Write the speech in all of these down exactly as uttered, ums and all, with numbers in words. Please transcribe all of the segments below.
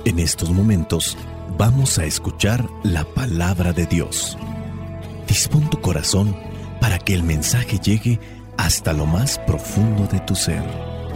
En estos momentos vamos a escuchar la palabra de Dios. Dispón tu corazón para que el mensaje llegue hasta lo más profundo de tu ser.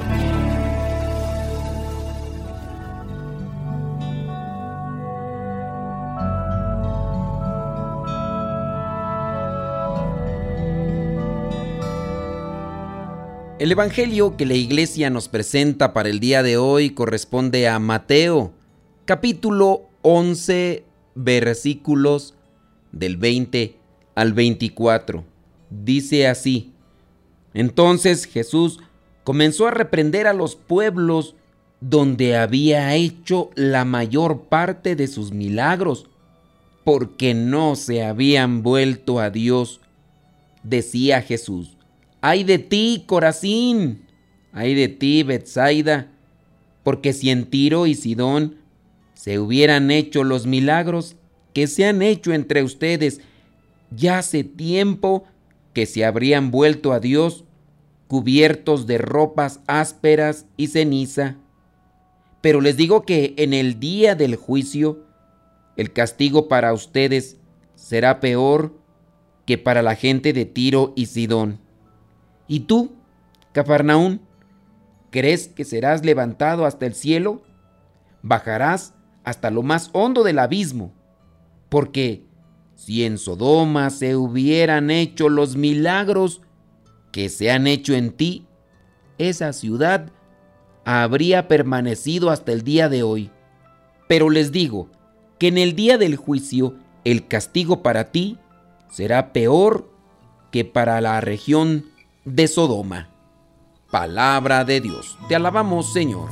El evangelio que la iglesia nos presenta para el día de hoy corresponde a Mateo, capítulo once, versículos del veinte al veinticuatro. Dice así: Entonces Jesús comenzó a reprender a los pueblos donde había hecho la mayor parte de sus milagros, porque no se habían vuelto a Dios. Decía Jesús: ¡Ay de ti, Corazín! ¡Ay de ti, Betsaida! Porque si en Tiro y Sidón se hubieran hecho los milagros que se han hecho entre ustedes, ya hace tiempo que se habrían vuelto a Dios, cubiertos de ropas ásperas y ceniza. Pero les digo que en el día del juicio, el castigo para ustedes será peor que para la gente de Tiro y Sidón. ¿Y tú, Cafarnaún, crees que serás levantado hasta el cielo? Bajarás hasta lo más hondo del abismo, porque si en Sodoma se hubieran hecho los milagros que se han hecho en ti, esa ciudad habría permanecido hasta el día de hoy. Pero les digo que en el día del juicio el castigo para ti será peor que para la región de Sodoma. Palabra de Dios. Te alabamos, Señor.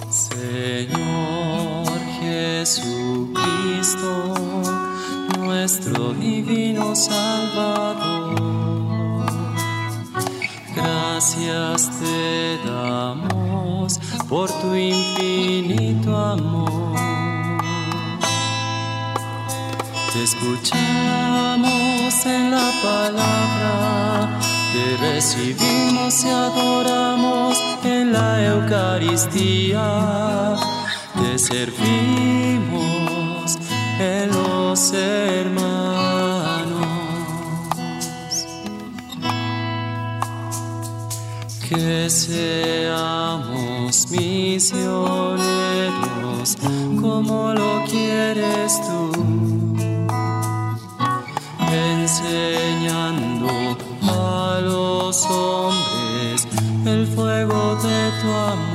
Señor Jesucristo, nuestro divino Salvador, gracias te damos por tu infinito amor. Te escuchamos en la palabra, te recibimos y adoramos en la Eucaristía, te servimos en los hermanos. Que seamos misioneros como lo quieres tú, enseñando a los hombres el fuego de tu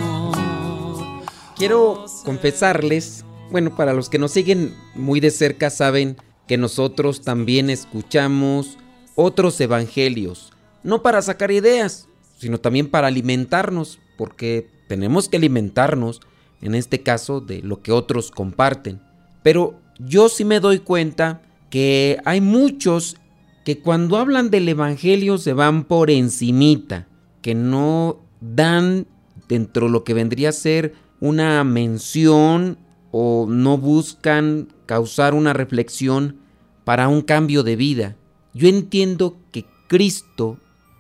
amor. Quiero confesarles, bueno, para los que nos siguen muy de cerca saben que nosotros también escuchamos otros evangelios, no para sacar ideas, sino también para alimentarnos, porque tenemos que alimentarnos, en este caso, de lo que otros comparten. Pero yo sí me doy cuenta que hay muchos que cuando hablan del evangelio se van por encimita, que no dan dentro de lo que vendría a ser una mención o no buscan causar una reflexión para un cambio de vida. Yo entiendo que Cristo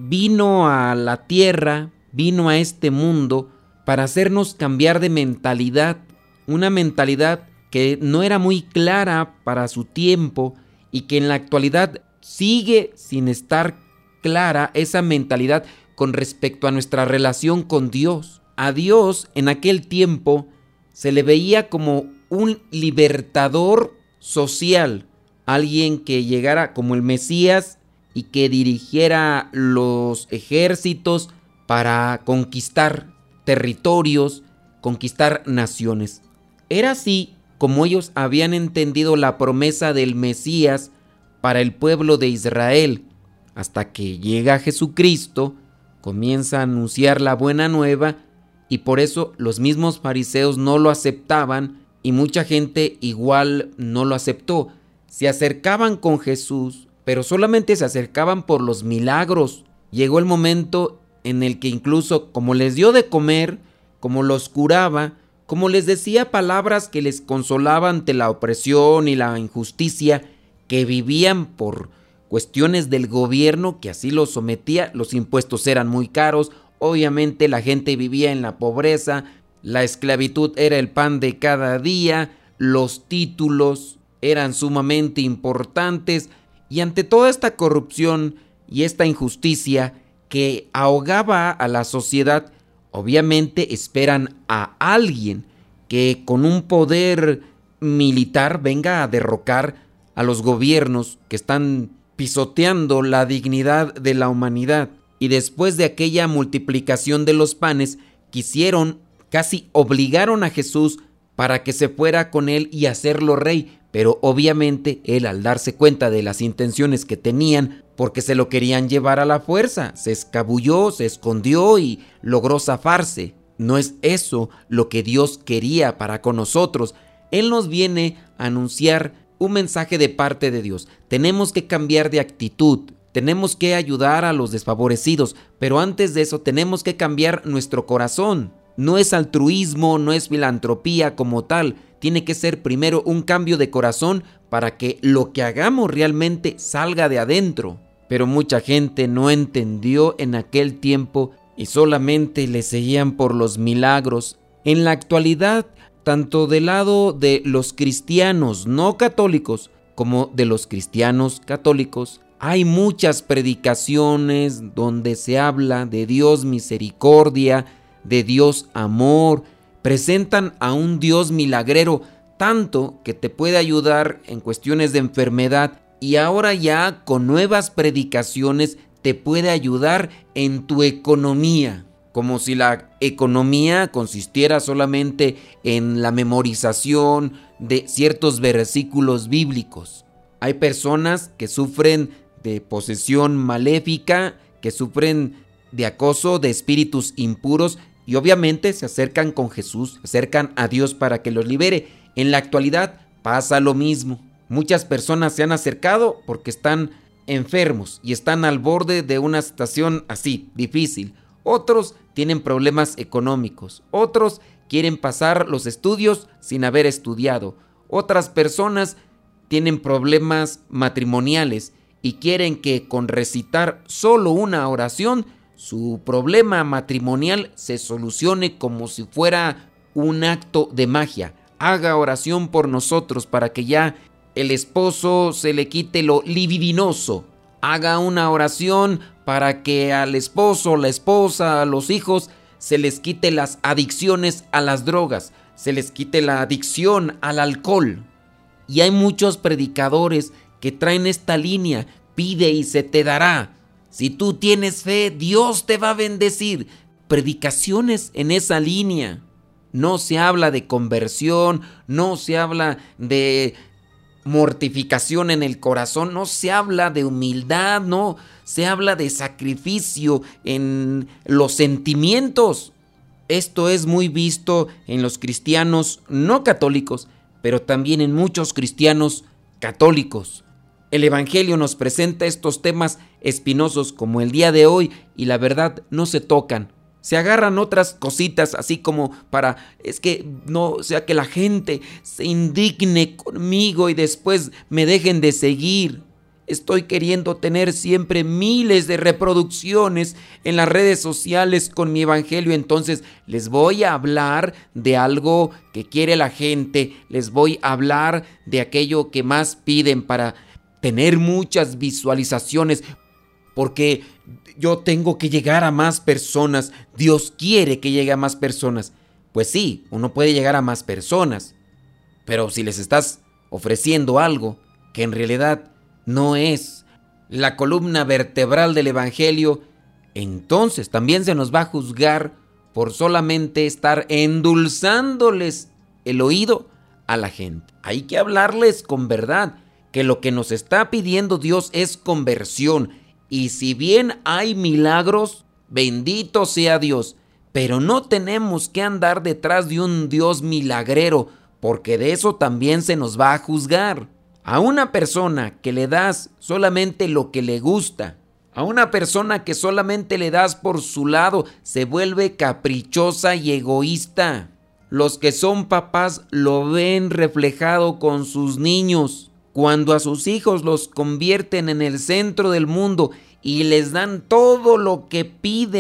vino a la tierra, vino a este mundo para hacernos cambiar de mentalidad, una mentalidad que no era muy clara para su tiempo y que en la actualidad sigue sin estar clara esa mentalidad con respecto a nuestra relación con Dios. A Dios en aquel tiempo se le veía como un libertador social, alguien que llegara como el Mesías y que dirigiera los ejércitos para conquistar territorios, conquistar naciones. Era así como ellos habían entendido la promesa del Mesías para el pueblo de Israel, hasta que llega Jesucristo, comienza a anunciar la buena nueva y por eso los mismos fariseos no lo aceptaban y mucha gente igual no lo aceptó. Se acercaban con Jesús, pero solamente se acercaban por los milagros. Llegó el momento en el que incluso como les dio de comer, como los curaba, como les decía palabras que les consolaban ante la opresión y la injusticia que vivían por cuestiones del gobierno que así los sometía, los impuestos eran muy caros, obviamente la gente vivía en la pobreza, La esclavitud era el pan de cada día, los títulos eran sumamente importantes y ante toda esta corrupción y esta injusticia que ahogaba a la sociedad, obviamente esperan a alguien que con un poder militar venga a derrocar a los gobiernos que están pisoteando la dignidad de la humanidad. Y después de aquella multiplicación de los panes, quisieron, casi obligaron a Jesús para que se fuera con él y hacerlo rey. Pero obviamente él, al darse cuenta de las intenciones que tenían, porque se lo querían llevar a la fuerza, se escabulló, se escondió y logró zafarse. No es eso lo que Dios quería para con nosotros. Él nos viene a anunciar un mensaje de parte de Dios. Tenemos que cambiar de actitud, tenemos que ayudar a los desfavorecidos, pero antes de eso tenemos que cambiar nuestro corazón. No es altruismo, no es filantropía como tal, tiene que ser primero un cambio de corazón para que lo que hagamos realmente salga de adentro. Pero mucha gente no entendió en aquel tiempo y solamente le seguían por los milagros. En la actualidad, tanto del lado de los cristianos no católicos como de los cristianos católicos, hay muchas predicaciones donde se habla de Dios misericordia, de Dios amor. Presentan a un Dios milagrero, tanto que te puede ayudar en cuestiones de enfermedad, y ahora ya con nuevas predicaciones te puede ayudar en tu economía, como si la economía consistiera solamente en la memorización de ciertos versículos bíblicos. Hay personas que sufren de posesión maléfica, que sufren de acoso de espíritus impuros y obviamente se acercan con Jesús, se acercan a Dios para que los libere. En la actualidad pasa lo mismo. Muchas personas se han acercado porque están enfermos y están al borde de una situación así, difícil. Otros tienen problemas económicos. Otros quieren pasar los estudios sin haber estudiado. Otras personas tienen problemas matrimoniales y quieren que con recitar solo una oración su problema matrimonial se solucione como si fuera un acto de magia. Haga oración por nosotros para que ya el esposo se le quite lo libidinoso. Haga una oración para que al esposo, la esposa, a los hijos se les quite las adicciones a las drogas, se les quite la adicción al alcohol. Y hay muchos predicadores que traen esta línea: pide y se te dará. Si tú tienes fe, Dios te va a bendecir. Predicaciones en esa línea. No se habla de conversión, no se habla de mortificación en el corazón, no se habla de humildad, no se habla de sacrificio en los sentimientos. Esto es muy visto en los cristianos no católicos, pero también en muchos cristianos católicos. El Evangelio nos presenta estos temas espinosos como el día de hoy y la verdad no se tocan. Se agarran otras cositas así como para, es que no sea que la gente se indigne conmigo y después me dejen de seguir. Estoy queriendo tener siempre miles de reproducciones en las redes sociales con mi evangelio, entonces les voy a hablar de algo que quiere la gente, les voy a hablar de aquello que más piden para tener muchas visualizaciones, porque yo tengo que llegar a más personas, Dios quiere que llegue a más personas. Pues sí, uno puede llegar a más personas, pero si les estás ofreciendo algo que en realidad no es la columna vertebral del evangelio, entonces también se nos va a juzgar por solamente estar endulzándoles el oído a la gente. Hay que hablarles con verdad, que lo que nos está pidiendo Dios es conversión. Y si bien hay milagros, bendito sea Dios, pero no tenemos que andar detrás de un Dios milagrero, porque de eso también se nos va a juzgar. A una persona que le das solamente lo que le gusta, a una persona que solamente le das por su lado, se vuelve caprichosa y egoísta. Los que son papás lo ven reflejado con sus niños. Cuando a sus hijos los convierten en el centro del mundo y les dan todo lo que piden,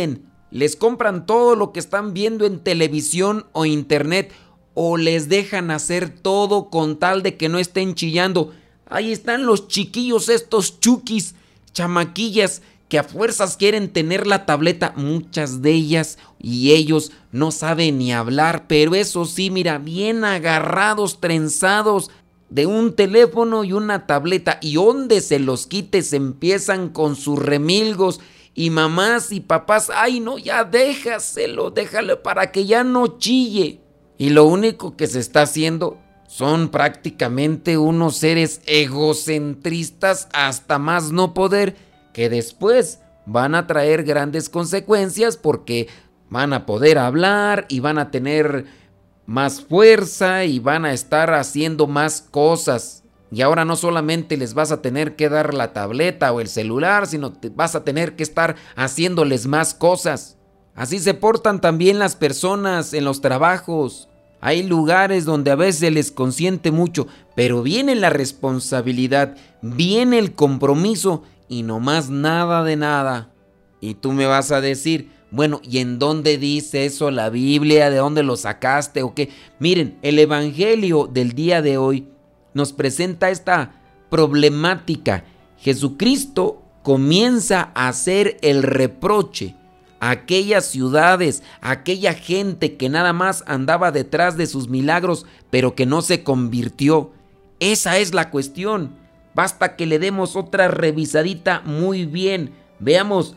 les compran todo lo que están viendo en televisión o internet, o les dejan hacer todo con tal de que no estén chillando. Ahí están los chiquillos estos chukis, chamaquillas, que a fuerzas quieren tener la tableta, muchas de ellas, y ellos no saben ni hablar, pero eso sí, mira, bien agarrados, trenzados de un teléfono y una tableta, y donde se los quite se empiezan con sus remilgos, y mamás y papás, ay no, ya déjaselo, déjalo para que ya no chille. Y lo único que se está haciendo son prácticamente unos seres egocentristas hasta más no poder, que después van a traer grandes consecuencias porque van a poder hablar y van a tener más fuerza y van a estar haciendo más cosas. Y ahora no solamente les vas a tener que dar la tableta o el celular, sino te vas a tener que estar haciéndoles más cosas. Así se portan también las personas en los trabajos. Hay lugares donde a veces les consiente mucho, pero viene la responsabilidad, viene el compromiso y no más nada de nada. Y tú me vas a decir, bueno, ¿y en dónde dice eso la Biblia? ¿De dónde lo sacaste o qué? Miren, el Evangelio del día de hoy nos presenta esta problemática. Jesucristo comienza a hacer el reproche a aquellas ciudades, a aquella gente que nada más andaba detrás de sus milagros, pero que no se convirtió. Esa es la cuestión. Basta que le demos otra revisadita muy bien. Veamos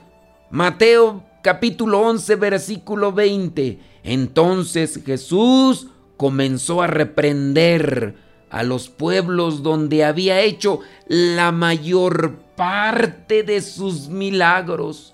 Mateo capítulo once, versículo veinte. Entonces Jesús comenzó a reprender a los pueblos donde había hecho la mayor parte de sus milagros,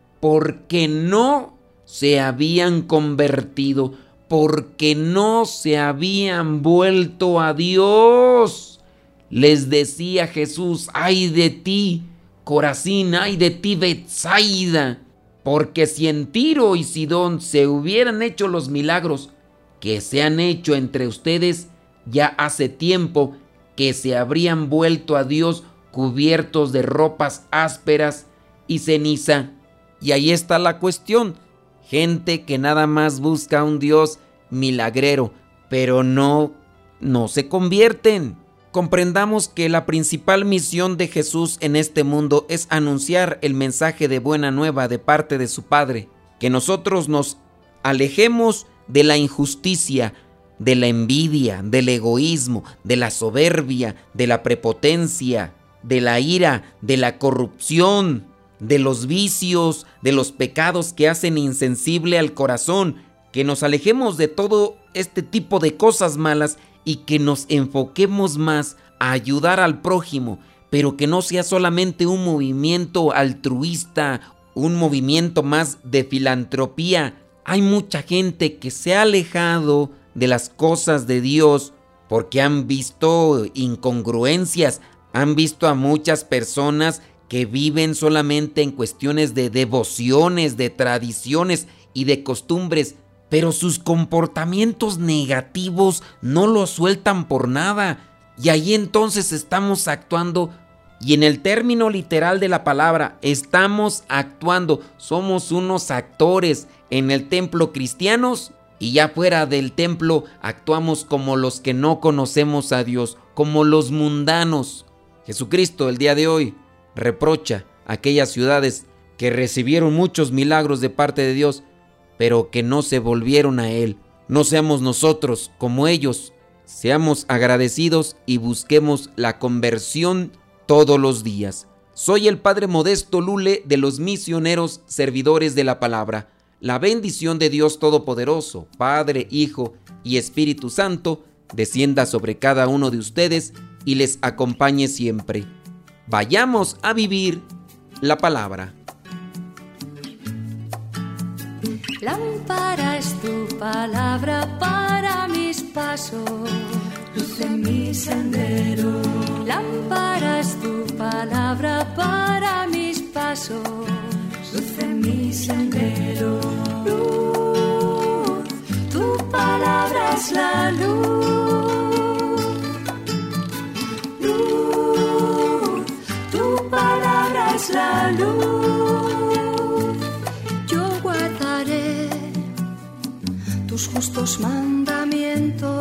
porque no se habían convertido, porque no se habían vuelto a Dios. Les decía Jesús, ay de ti, Corazín, ay de ti, Betsaida, porque si en Tiro y Sidón se hubieran hecho los milagros que se han hecho entre ustedes, ya hace tiempo que se habrían vuelto a Dios cubiertos de ropas ásperas y ceniza. Y ahí está la cuestión. Gente que nada más busca a un Dios milagrero, pero no, no se convierten. Comprendamos que la principal misión de Jesús en este mundo es anunciar el mensaje de buena nueva de parte de su Padre. Que nosotros nos alejemos de la injusticia, de la envidia, del egoísmo, de la soberbia, de la prepotencia, de la ira, de la corrupción, de los vicios, de los pecados que hacen insensible al corazón, que nos alejemos de todo este tipo de cosas malas y que nos enfoquemos más a ayudar al prójimo, pero que no sea solamente un movimiento altruista, un movimiento más de filantropía. Hay mucha gente que se ha alejado de las cosas de Dios porque han visto incongruencias, han visto a muchas personas que viven solamente en cuestiones de devociones, de tradiciones y de costumbres, pero sus comportamientos negativos no los sueltan por nada. Y ahí entonces estamos actuando, y en el término literal de la palabra, estamos actuando, somos unos actores en el templo cristianos, y ya fuera del templo actuamos como los que no conocemos a Dios, como los mundanos. Jesucristo el día de hoy reprocha a aquellas ciudades que recibieron muchos milagros de parte de Dios, pero que no se volvieron a Él. No seamos nosotros como ellos, seamos agradecidos y busquemos la conversión todos los días. Soy el Padre Modesto Lule de los Misioneros Servidores de la Palabra. La bendición de Dios Todopoderoso, Padre, Hijo y Espíritu Santo, descienda sobre cada uno de ustedes y les acompañe siempre. Vayamos a vivir la palabra. Lámpara es tu palabra para mis pasos, luz en mi sendero. Lámpara es tu palabra para mis pasos, luz en mi sendero. Luz, tu palabra es la luz. Luz, tu palabra es la luz. Yo guardaré tus justos mandamientos.